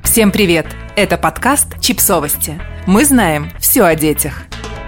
Всем привет! Это подкаст «Чипсовости». Мы знаем все о детях.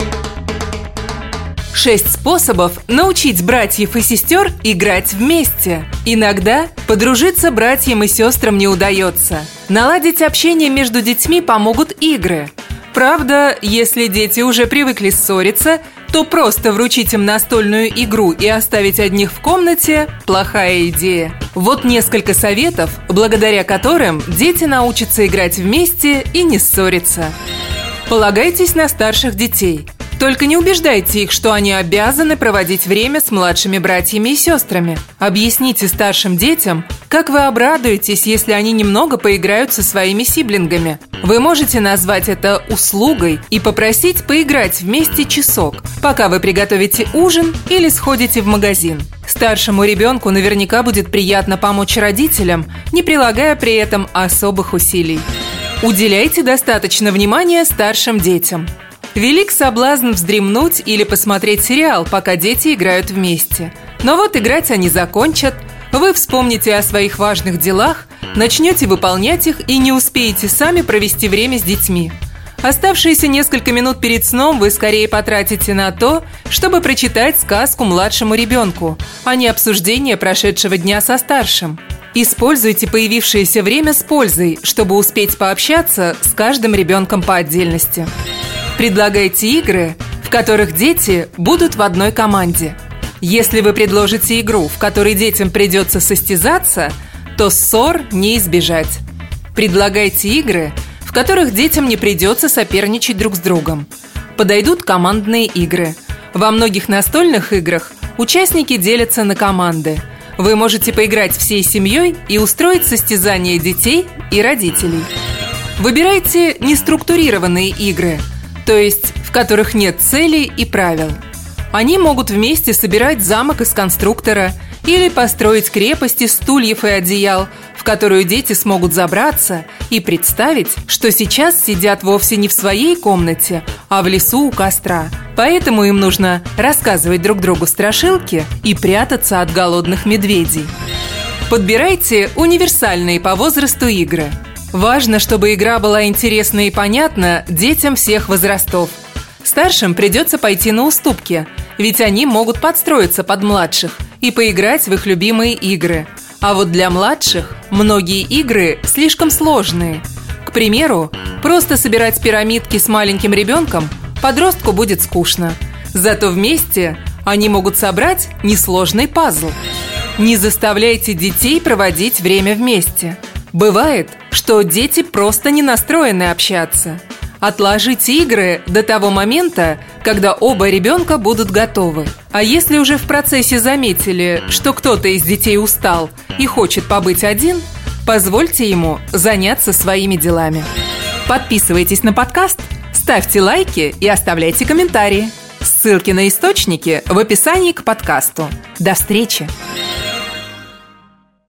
6 способов научить братьев и сестер играть вместе. Иногда подружиться братьям и сестрам не удается. Наладить общение между детьми помогут игры. Правда, если дети уже привыкли ссориться, то просто вручить им настольную игру и оставить одних в комнате – плохая идея. Вот несколько советов, благодаря которым дети научатся играть вместе и не ссориться. Полагайтесь на старших детей. Только не убеждайте их, что они обязаны проводить время с младшими братьями и сестрами. Объясните старшим детям, как вы обрадуетесь, если они немного поиграют со своими сиблингами. Вы можете назвать это услугой и попросить поиграть вместе часок, пока вы приготовите ужин или сходите в магазин. Старшему ребенку наверняка будет приятно помочь родителям, не прилагая при этом особых усилий. Уделяйте достаточно внимания старшим детям. Велик соблазн вздремнуть или посмотреть сериал, пока дети играют вместе. Но вот играть они закончат, вы вспомните о своих важных делах, начнете выполнять их и не успеете сами провести время с детьми. Оставшиеся несколько минут перед сном вы скорее потратите на то, чтобы прочитать сказку младшему ребенку, а не обсуждение прошедшего дня со старшим. Используйте появившееся время с пользой, чтобы успеть пообщаться с каждым ребенком по отдельности. Предлагайте игры, в которых дети будут в одной команде. Если вы предложите игру, в которой детям придется состязаться, то ссор не избежать. Предлагайте игры, в которых детям не придется соперничать друг с другом. Подойдут командные игры. Во многих настольных играх участники делятся на команды. Вы можете поиграть всей семьей и устроить состязание детей и родителей. Выбирайте неструктурированные игры, то есть в которых нет целей и правил. Они могут вместе собирать замок из конструктора или построить крепость из стульев и одеял, в которую дети смогут забраться и представить, что сейчас сидят вовсе не в своей комнате, а в лесу у костра. Поэтому им нужно рассказывать друг другу страшилки и прятаться от голодных медведей. Подбирайте универсальные по возрасту игры. Важно, чтобы игра была интересна и понятна детям всех возрастов. Старшим придется пойти на уступки, ведь они могут подстроиться под младших и поиграть в их любимые игры. А вот для младших многие игры слишком сложные. К примеру, просто собирать пирамидки с маленьким ребенком подростку будет скучно. Зато вместе они могут собрать несложный пазл. Не заставляйте детей проводить время вместе. Бывает, что дети просто не настроены общаться. Отложите игры до того момента, когда оба ребенка будут готовы. А если уже в процессе заметили, что кто-то из детей устал и хочет побыть один, позвольте ему заняться своими делами. Подписывайтесь на подкаст, ставьте лайки и оставляйте комментарии. Ссылки на источники в описании к подкасту. До встречи!